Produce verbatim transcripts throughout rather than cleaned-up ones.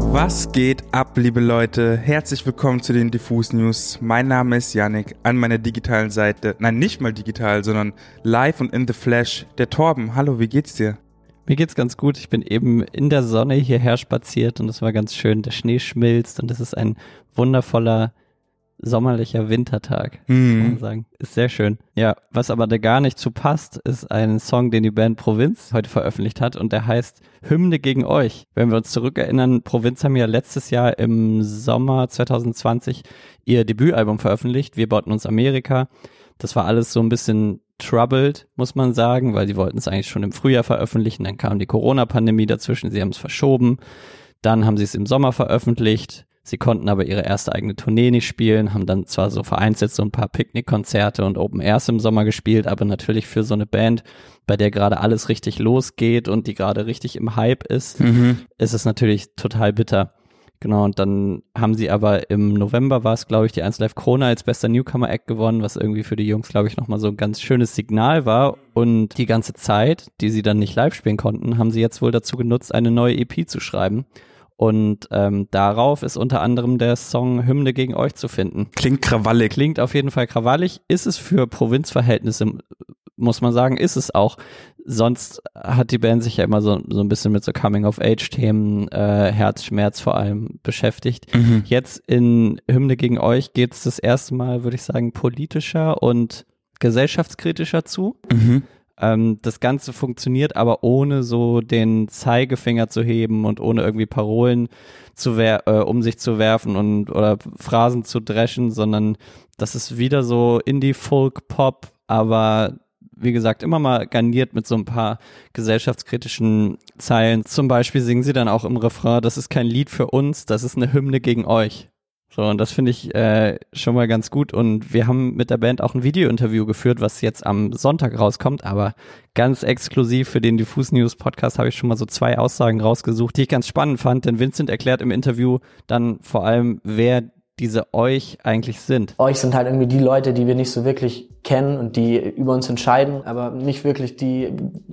Was geht ab, liebe Leute? Herzlich willkommen zu den Diffus News. Mein Name ist Yannick, an meiner digitalen Seite, nein, nicht mal digital, sondern live und in the flesh, der Torben. Hallo, wie geht's dir? Mir geht's ganz gut. Ich bin eben in der Sonne hierher spaziert und es war ganz schön. Der Schnee schmilzt und es ist ein wundervoller sommerlicher Wintertag, hm. muss man sagen. Ist sehr schön. Ja, was aber da gar nicht zu passt, ist ein Song, den die Band Provinz heute veröffentlicht hat und der heißt Hymne gegen euch. Wenn wir uns zurückerinnern, Provinz haben ja letztes Jahr im Sommer zwanzig zwanzig ihr Debütalbum veröffentlicht. Wir bauten uns Amerika. Das war alles so ein bisschen troubled, muss man sagen, weil die wollten es eigentlich schon im Frühjahr veröffentlichen. Dann kam die Corona-Pandemie dazwischen. Sie haben es verschoben. Dann haben sie es im Sommer veröffentlicht. Sie konnten aber ihre erste eigene Tournee nicht spielen, haben dann zwar so vereinzelt so ein paar Picknickkonzerte und Open Airs im Sommer gespielt, aber natürlich für so eine Band, bei der gerade alles richtig losgeht und die gerade richtig im Hype ist, Mhm. ist es natürlich total bitter. Genau, und dann haben sie aber im November war es, glaube ich, die eins Live Krone als bester Newcomer-Act gewonnen, was irgendwie für die Jungs, glaube ich, nochmal so ein ganz schönes Signal war. Und die ganze Zeit, die sie dann nicht live spielen konnten, haben sie jetzt wohl dazu genutzt, eine neue E P zu schreiben. Und ähm, darauf ist unter anderem der Song Hymne gegen euch zu finden. Klingt krawallig. Klingt auf jeden Fall krawallig. Ist es für Provinzverhältnisse, muss man sagen, ist es auch. Sonst hat die Band sich ja immer so, so ein bisschen mit so Coming-of-Age-Themen, äh, Herzschmerz vor allem beschäftigt. Mhm. Jetzt in Hymne gegen euch geht es das erste Mal, würde ich sagen, politischer und gesellschaftskritischer zu. Mhm. Ähm, das Ganze funktioniert aber ohne so den Zeigefinger zu heben und ohne irgendwie Parolen zu wer- äh, um sich zu werfen und oder Phrasen zu dreschen, sondern das ist wieder so Indie-Folk-Pop, aber wie gesagt, immer mal garniert mit so ein paar gesellschaftskritischen Zeilen. Zum Beispiel singen sie dann auch im Refrain, das ist kein Lied für uns, das ist eine Hymne gegen euch. So, und das finde ich äh, schon mal ganz gut. Und wir haben mit der Band auch ein Video-Interview geführt, was jetzt am Sonntag rauskommt, aber ganz exklusiv für den Diffus News Podcast habe ich schon mal so zwei Aussagen rausgesucht, die ich ganz spannend fand, denn Vincent erklärt im Interview dann vor allem, wer diese euch eigentlich sind. Euch sind halt irgendwie die Leute, die wir nicht so wirklich kennen und die über uns entscheiden, aber nicht wirklich die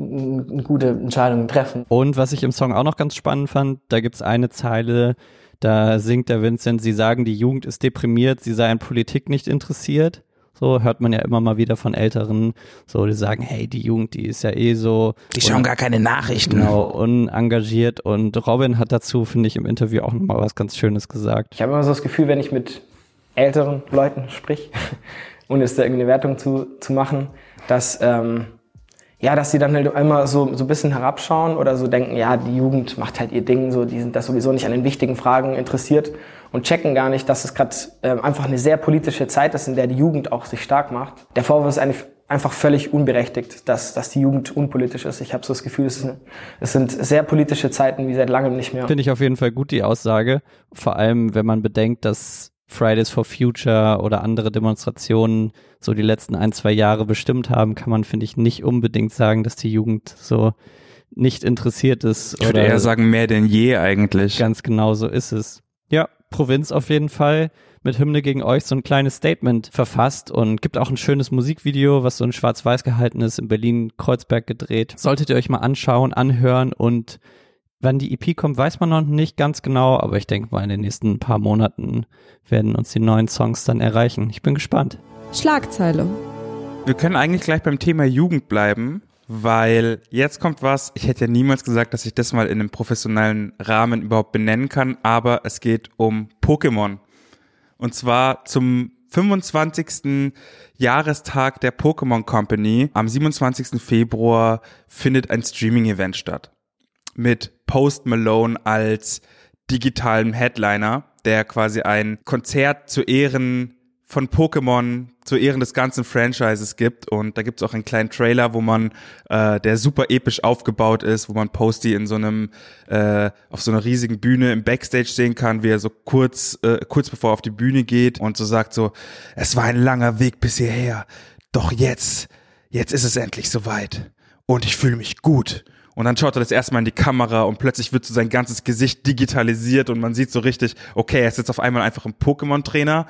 n- gute Entscheidungen treffen. Und was ich im Song auch noch ganz spannend fand, da gibt's eine Zeile, da singt der Vincent, sie sagen, die Jugend ist deprimiert, sie sei an Politik nicht interessiert. So hört man ja immer mal wieder von Älteren, so die sagen, hey, die Jugend, die ist ja eh so. Die schauen gar keine Nachrichten. Genau, unengagiert. Und Robin hat dazu, finde ich, im Interview auch nochmal was ganz Schönes gesagt. Ich habe immer so das Gefühl, wenn ich mit älteren Leuten sprich, ohne es da irgendeine Wertung zu, zu machen, dass, ähm, ja, dass sie dann halt immer so, so ein bisschen herabschauen oder so denken, ja, die Jugend macht halt ihr Ding, so, die sind das sowieso nicht an den wichtigen Fragen interessiert und checken gar nicht, dass es gerade ähm, einfach eine sehr politische Zeit ist, in der die Jugend auch sich stark macht. Der Vorwurf ist eigentlich einfach völlig unberechtigt, dass, dass die Jugend unpolitisch ist. Ich habe so das Gefühl, es, ist eine, es sind sehr politische Zeiten wie seit langem nicht mehr. Finde ich auf jeden Fall gut, die Aussage. Vor allem, wenn man bedenkt, dass Fridays for Future oder andere Demonstrationen so die letzten ein, zwei Jahre bestimmt haben, kann man, finde ich, nicht unbedingt sagen, dass die Jugend so nicht interessiert ist. Ich würde eher sagen, mehr denn je eigentlich. Ganz genau so ist es. Ja, Provinz auf jeden Fall mit Hymne gegen euch so ein kleines Statement verfasst und gibt auch ein schönes Musikvideo, was so in schwarz-weiß gehalten ist, in Berlin-Kreuzberg gedreht. Solltet ihr euch mal anschauen, anhören und wann die E P kommt, weiß man noch nicht ganz genau, aber ich denke mal, in den nächsten paar Monaten werden uns die neuen Songs dann erreichen. Ich bin gespannt. Schlagzeile. Wir können eigentlich gleich beim Thema Jugend bleiben, weil jetzt kommt was, ich hätte ja niemals gesagt, dass ich das mal in einem professionellen Rahmen überhaupt benennen kann, aber es geht um Pokémon. Und zwar zum fünfundzwanzigsten Jahrestag der Pokémon Company. Am siebenundzwanzigsten Februar findet ein Streaming-Event statt. Mit Post Malone als digitalem Headliner, der quasi ein Konzert zu Ehren von Pokémon, zu Ehren des ganzen Franchises gibt. Und da gibt's auch einen kleinen Trailer, wo man, äh, der super episch aufgebaut ist, wo man Posty in so einem, äh, auf so einer riesigen Bühne im Backstage sehen kann, wie er so kurz, äh, kurz bevor er auf die Bühne geht und so sagt so, es war ein langer Weg bis hierher, doch jetzt, jetzt ist es endlich soweit. Und ich fühle mich gut. Und dann schaut er das erste Mal in die Kamera und plötzlich wird so sein ganzes Gesicht digitalisiert und man sieht so richtig, okay, er ist jetzt auf einmal einfach ein Pokémon-Trainer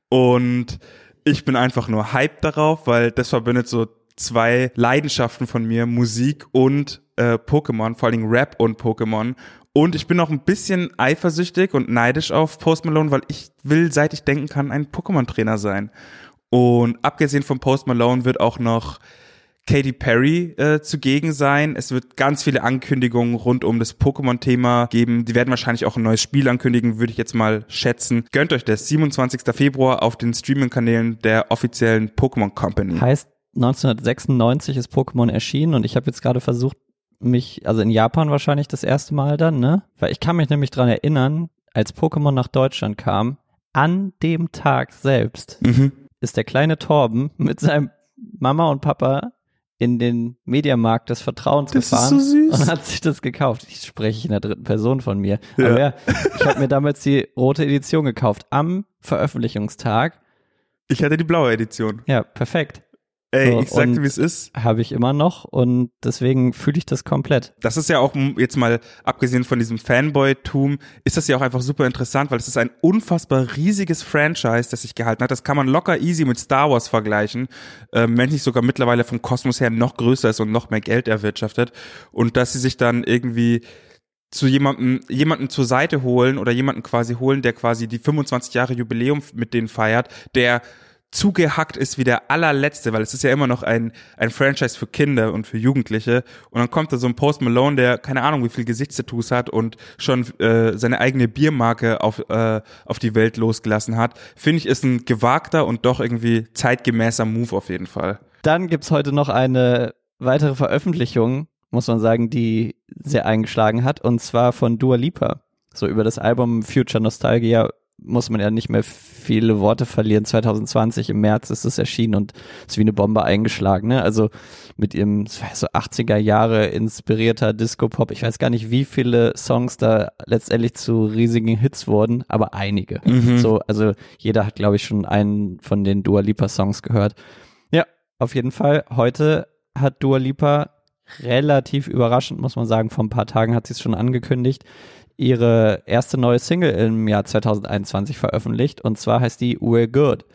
und ich bin einfach nur hyped darauf, weil das verbindet so zwei Leidenschaften von mir, Musik und äh, Pokémon, vor allen Dingen Rap und Pokémon. Und ich bin auch ein bisschen eifersüchtig und neidisch auf Post Malone, weil ich will, seit ich denken kann, ein Pokémon-Trainer sein. Und abgesehen von Post Malone wird auch noch Katy Perry äh, zugegen sein. Es wird ganz viele Ankündigungen rund um das Pokémon-Thema geben. Die werden wahrscheinlich auch ein neues Spiel ankündigen, würde ich jetzt mal schätzen. Gönnt euch das, siebenundzwanzigster Februar auf den Streaming-Kanälen der offiziellen Pokémon Company. Heißt, neunzehnhundertsechsundneunzig ist Pokémon erschienen und ich habe jetzt gerade versucht, mich, also in Japan wahrscheinlich das erste Mal dann, ne? Weil ich kann mich nämlich dran erinnern, als Pokémon nach Deutschland kam, an dem Tag selbst Mhm. ist der kleine Torben mit seinem Mama und Papa in den Mediamarkt des Vertrauens Das ist gefahren so süß. und hat sich das gekauft. Ich spreche in der dritten Person von mir. Ja. Aber ja, ich habe mir damals die rote Edition gekauft am Veröffentlichungstag. Ich hatte die blaue Edition. Ja, perfekt. Ey, So, ich sagte, und wie es ist. Habe ich immer noch und deswegen fühle ich das komplett. Das ist ja auch, jetzt mal abgesehen von diesem Fanboy-Tum, ist das ja auch einfach super interessant, weil es ist ein unfassbar riesiges Franchise, das sich gehalten hat. Das kann man locker easy mit Star Wars vergleichen, ähm, wenn nicht sogar mittlerweile vom Kosmos her noch größer ist und noch mehr Geld erwirtschaftet. Und dass sie sich dann irgendwie zu jemandem, jemanden zur Seite holen oder jemanden quasi holen, der quasi die fünfundzwanzig Jahre Jubiläum mit denen feiert, der zugehackt ist wie der allerletzte, weil es ist ja immer noch ein ein Franchise für Kinder und für Jugendliche und dann kommt da so ein Post Malone, der keine Ahnung wie viel Gesichtstattoos hat und schon äh, seine eigene Biermarke auf äh, auf die Welt losgelassen hat, finde ich ist ein gewagter und doch irgendwie zeitgemäßer Move auf jeden Fall. Dann gibt's heute noch eine weitere Veröffentlichung, muss man sagen, die sehr eingeschlagen hat und zwar von Dua Lipa. So über das Album Future Nostalgia muss man ja nicht mehr viele Worte verlieren. zwanzig zwanzig im März ist es erschienen und ist wie eine Bombe eingeschlagen, ne? Also mit ihrem so achtziger Jahre inspirierter Disco-Pop. Ich weiß gar nicht, wie viele Songs da letztendlich zu riesigen Hits wurden, aber einige. Mhm. So, also jeder hat, glaube ich, schon einen von den Dua Lipa Songs gehört. Ja, auf jeden Fall. Heute hat Dua Lipa relativ überraschend, muss man sagen, vor ein paar Tagen hat sie es schon angekündigt, ihre erste neue Single im Jahr zwanzig einundzwanzig veröffentlicht und zwar heißt die We're Good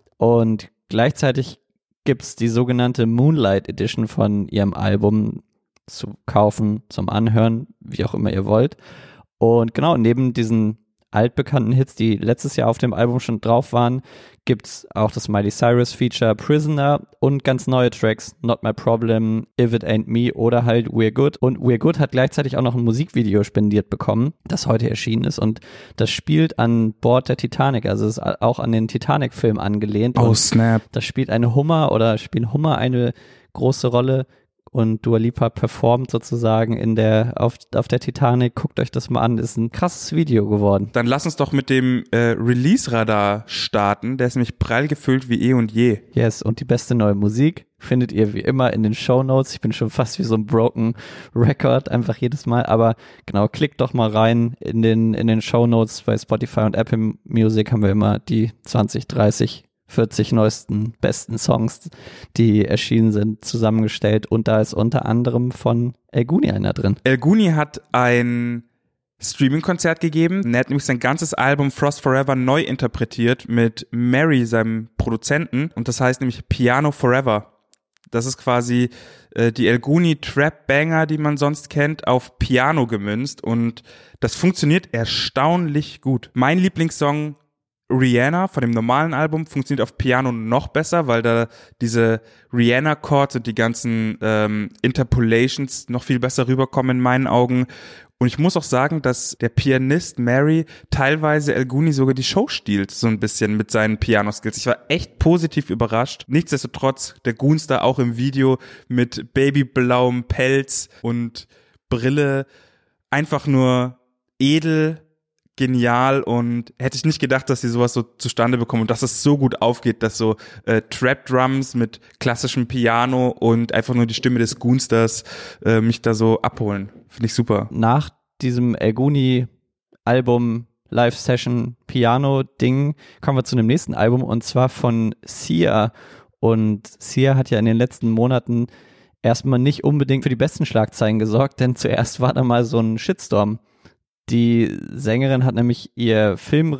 und gleichzeitig gibt's die sogenannte Moonlight Edition von ihrem Album zu kaufen, zum Anhören, wie auch immer ihr wollt und genau, neben diesen altbekannten Hits, die letztes Jahr auf dem Album schon drauf waren, gibt's auch das Miley Cyrus Feature Prisoner und ganz neue Tracks, Not My Problem, If It Ain't Me oder halt We're Good. Und We're Good hat gleichzeitig auch noch ein Musikvideo spendiert bekommen, das heute erschienen ist und das spielt an Bord der Titanic, also ist auch an den Titanic-Film angelehnt. Oh und snap. da spielt eine Hummer oder spielen Hummer eine große Rolle. Und Dua Lipa performt sozusagen in der, auf, auf der Titanic. Guckt euch das mal an, ist ein krasses Video geworden. Dann lass uns doch mit dem äh, Release-Radar starten. Der ist nämlich prall gefüllt wie eh und je. Yes, und die beste neue Musik findet ihr wie immer in den Shownotes. Ich bin schon fast wie so ein Broken Record, einfach jedes Mal. Aber genau, klickt doch mal rein in den, in den Shownotes. Bei Spotify und Apple Music haben wir immer die zwanzig, dreißig vierzig neuesten, besten Songs, die erschienen sind, zusammengestellt und da ist unter anderem von El Guni einer drin. El Guni hat ein Streaming-Konzert gegeben. Er hat nämlich sein ganzes Album Frost Forever neu interpretiert mit Mary, seinem Produzenten und das heißt nämlich Piano Forever. Das ist quasi äh, die El Guni Trap Banger, die man sonst kennt, auf Piano gemünzt und das funktioniert erstaunlich gut. Mein Lieblingssong Rihanna von dem normalen Album funktioniert auf Piano noch besser, weil da diese Rihanna-Chords und die ganzen ähm, Interpolations noch viel besser rüberkommen in meinen Augen. Und ich muss auch sagen, dass der Pianist Mary teilweise El Guni sogar die Show stiehlt, so ein bisschen mit seinen Piano-Skills. Ich war echt positiv überrascht. Nichtsdestotrotz, der Goonstar auch im Video mit babyblauem Pelz und Brille einfach nur edel, genial und hätte ich nicht gedacht, dass sie sowas so zustande bekommen und dass es so gut aufgeht, dass so äh, Trap-Drums mit klassischem Piano und einfach nur die Stimme des Goonstars äh, mich da so abholen. Finde ich super. Nach diesem El Guni Album Live-Session Piano-Ding kommen wir zu einem nächsten Album und zwar von Sia und Sia hat ja in den letzten Monaten erstmal nicht unbedingt für die besten Schlagzeilen gesorgt, denn zuerst war da mal so ein Shitstorm. Die Sängerin hat nämlich ihr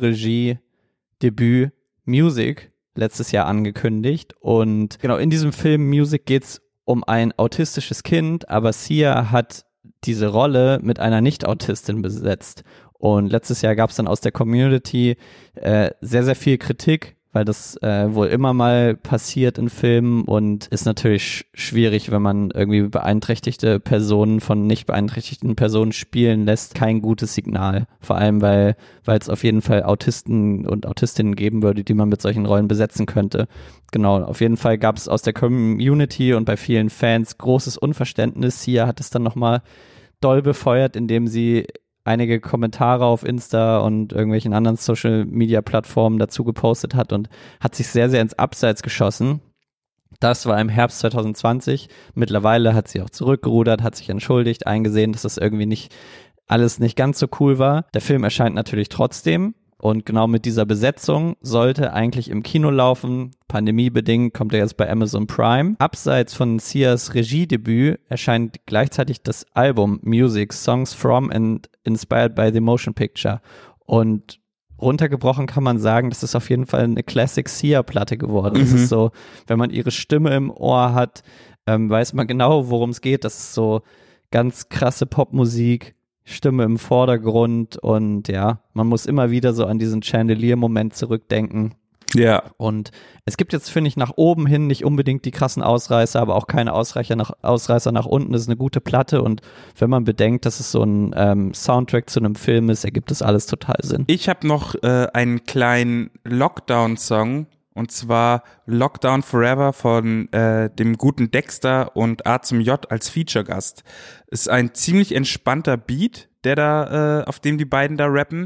Filmregie-Debüt Music letztes Jahr angekündigt und genau in diesem Film Music geht's um ein autistisches Kind, aber Sia hat diese Rolle mit einer Nicht-Autistin besetzt. Und letztes Jahr gab es dann aus der Community äh, sehr, sehr viel Kritik, weil das äh, wohl immer mal passiert in Filmen und ist natürlich sch- schwierig, wenn man irgendwie beeinträchtigte Personen von nicht beeinträchtigten Personen spielen lässt. Kein gutes Signal. Vor allem, weil weil es auf jeden Fall Autisten und Autistinnen geben würde, die man mit solchen Rollen besetzen könnte. Genau, auf jeden Fall gab es aus der Community und bei vielen Fans großes Unverständnis. Sia hat es dann nochmal doll befeuert, indem sie einige Kommentare auf Insta und irgendwelchen anderen Social-Media-Plattformen dazu gepostet hat und hat sich sehr, sehr ins Abseits geschossen. Das war im Herbst zwanzig zwanzig. Mittlerweile hat sie auch zurückgerudert, hat sich entschuldigt, eingesehen, dass das irgendwie nicht alles nicht ganz so cool war. Der Film erscheint natürlich trotzdem. Und genau mit dieser Besetzung sollte eigentlich im Kino laufen. Pandemiebedingt kommt er jetzt bei Amazon Prime. Abseits von Sias Regiedebüt erscheint gleichzeitig das Album Music, Songs from and Inspired by the Motion Picture. Und runtergebrochen kann man sagen, das ist auf jeden Fall eine Classic Sia-Platte geworden. Mhm. Es ist so, wenn man ihre Stimme im Ohr hat, ähm, weiß man genau, worum es geht. Das ist so ganz krasse Popmusik. Stimme im Vordergrund und ja, man muss immer wieder so an diesen Chandelier-Moment zurückdenken. Ja. Und es gibt jetzt, finde ich, nach oben hin nicht unbedingt die krassen Ausreißer, aber auch keine Ausreißer nach, Ausreißer nach unten. Das ist eine gute Platte und wenn man bedenkt, dass es so ein ähm, Soundtrack zu einem Film ist, ergibt das alles total Sinn. Ich habe noch äh, einen kleinen Lockdown-Song. Und zwar Lockdown Forever von äh, dem guten Dexter und A zum J als Feature-Gast. Ist ein ziemlich entspannter Beat, der da, äh, auf dem die beiden da rappen.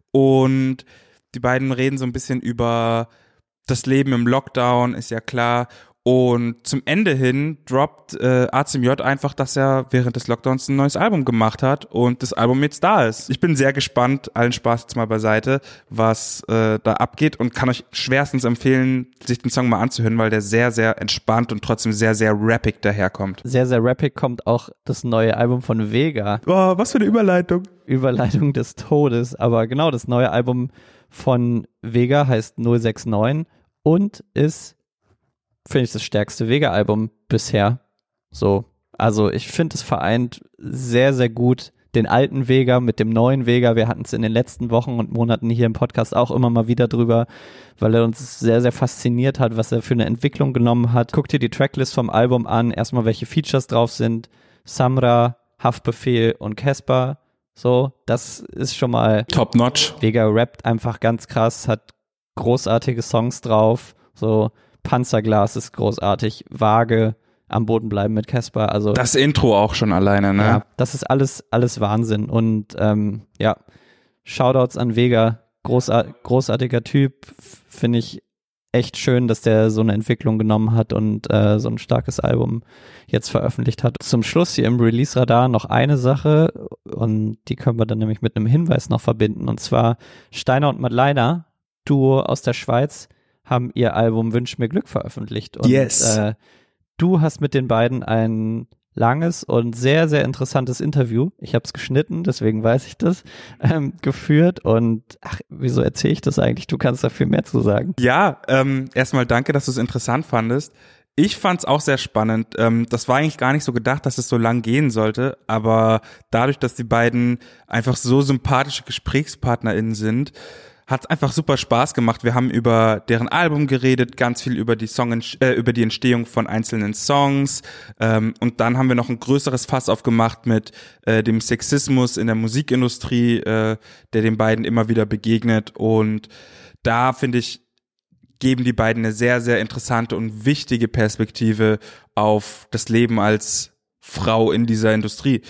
Und die beiden reden so ein bisschen über das Leben im Lockdown, ist ja klar. Und zum Ende hin droppt äh, A zum J einfach, dass er während des Lockdowns ein neues Album gemacht hat und das Album jetzt da ist. Ich bin sehr gespannt, allen Spaß jetzt mal beiseite, was äh, da abgeht und kann euch schwerstens empfehlen, sich den Song mal anzuhören, weil der sehr, sehr entspannt und trotzdem sehr, sehr rappig daherkommt. Sehr, sehr rappig kommt auch das neue Album von Vega. Oh, was für eine Überleitung. Überleitung des Todes, aber genau, das neue Album von Vega heißt null sechs neun und ist, finde ich, das stärkste Vega-Album bisher. So, also ich finde, es vereint sehr, sehr gut den alten Vega mit dem neuen Vega. Wir hatten es in den letzten Wochen und Monaten hier im Podcast auch immer mal wieder drüber, weil er uns sehr, sehr fasziniert hat, was er für eine Entwicklung genommen hat. Guck dir die Tracklist vom Album an, erstmal welche Features drauf sind. Samra, Haftbefehl und Casper. So, das ist schon mal Top notch. Vega rappt einfach ganz krass, hat großartige Songs drauf. So, Panzerglas ist großartig, Waage, am Boden bleiben mit Casper. Also das Intro auch schon alleine, ne? Ja, das ist alles, alles Wahnsinn. Und ähm, ja, Shoutouts an Vega, großart, großartiger Typ, finde ich echt schön, dass der so eine Entwicklung genommen hat und äh, so ein starkes Album jetzt veröffentlicht hat. Zum Schluss hier im Release-Radar noch eine Sache und die können wir dann nämlich mit einem Hinweis noch verbinden. Und zwar Steiner und Madleiner, Duo aus der Schweiz, haben ihr Album Wünsch mir Glück veröffentlicht. Und yes. äh, du hast mit den beiden ein langes und sehr, sehr interessantes Interview, ich habe es geschnitten, deswegen weiß ich das, ähm, geführt und ach, wieso erzähle ich das eigentlich? Du kannst da viel mehr zu sagen. Ja, ähm, erstmal danke, dass du es interessant fandest. Ich fand es auch sehr spannend. Ähm, das war eigentlich gar nicht so gedacht, dass es so lang gehen sollte, aber dadurch, dass die beiden einfach so sympathische GesprächspartnerInnen sind, hat es einfach super Spaß gemacht. Wir haben über deren Album geredet, ganz viel über die Song, äh, über die Entstehung von einzelnen Songs. Ähm, und dann haben wir noch ein größeres Fass aufgemacht mit äh, dem Sexismus in der Musikindustrie, äh, der den beiden immer wieder begegnet. Und da, finde ich, geben die beiden eine sehr, sehr interessante und wichtige Perspektive auf das Leben als Frau in dieser Industrie.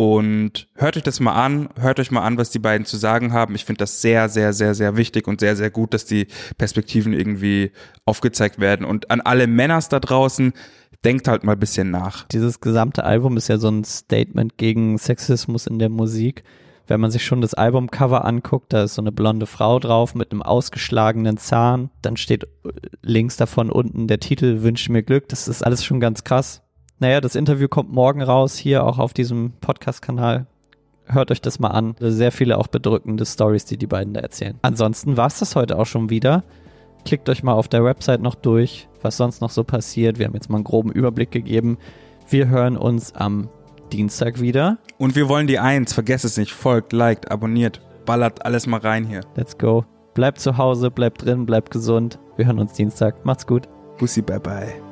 Und hört euch das mal an, hört euch mal an, was die beiden zu sagen haben. Ich finde das sehr, sehr, sehr, sehr wichtig und sehr, sehr gut, dass die Perspektiven irgendwie aufgezeigt werden. Und an alle Männers da draußen, denkt halt mal ein bisschen nach. Dieses gesamte Album ist ja so ein Statement gegen Sexismus in der Musik. Wenn man sich schon das Albumcover anguckt, da ist so eine blonde Frau drauf mit einem ausgeschlagenen Zahn. Dann steht links davon unten der Titel Wünsch mir Glück. Das ist alles schon ganz krass. Naja, das Interview kommt morgen raus, hier auch auf diesem Podcast-Kanal. Hört euch das mal an. Sehr viele auch bedrückende Stories, die die beiden da erzählen. Ansonsten war es das heute auch schon wieder. Klickt euch mal auf der Website noch durch, was sonst noch so passiert. Wir haben jetzt mal einen groben Überblick gegeben. Wir hören uns am Dienstag wieder. Und wir wollen die Eins. Vergesst es nicht. Folgt, liked, abonniert. Ballert alles mal rein hier. Let's go. Bleibt zu Hause, bleibt drin, bleibt gesund. Wir hören uns Dienstag. Macht's gut. Bussi, bye bye.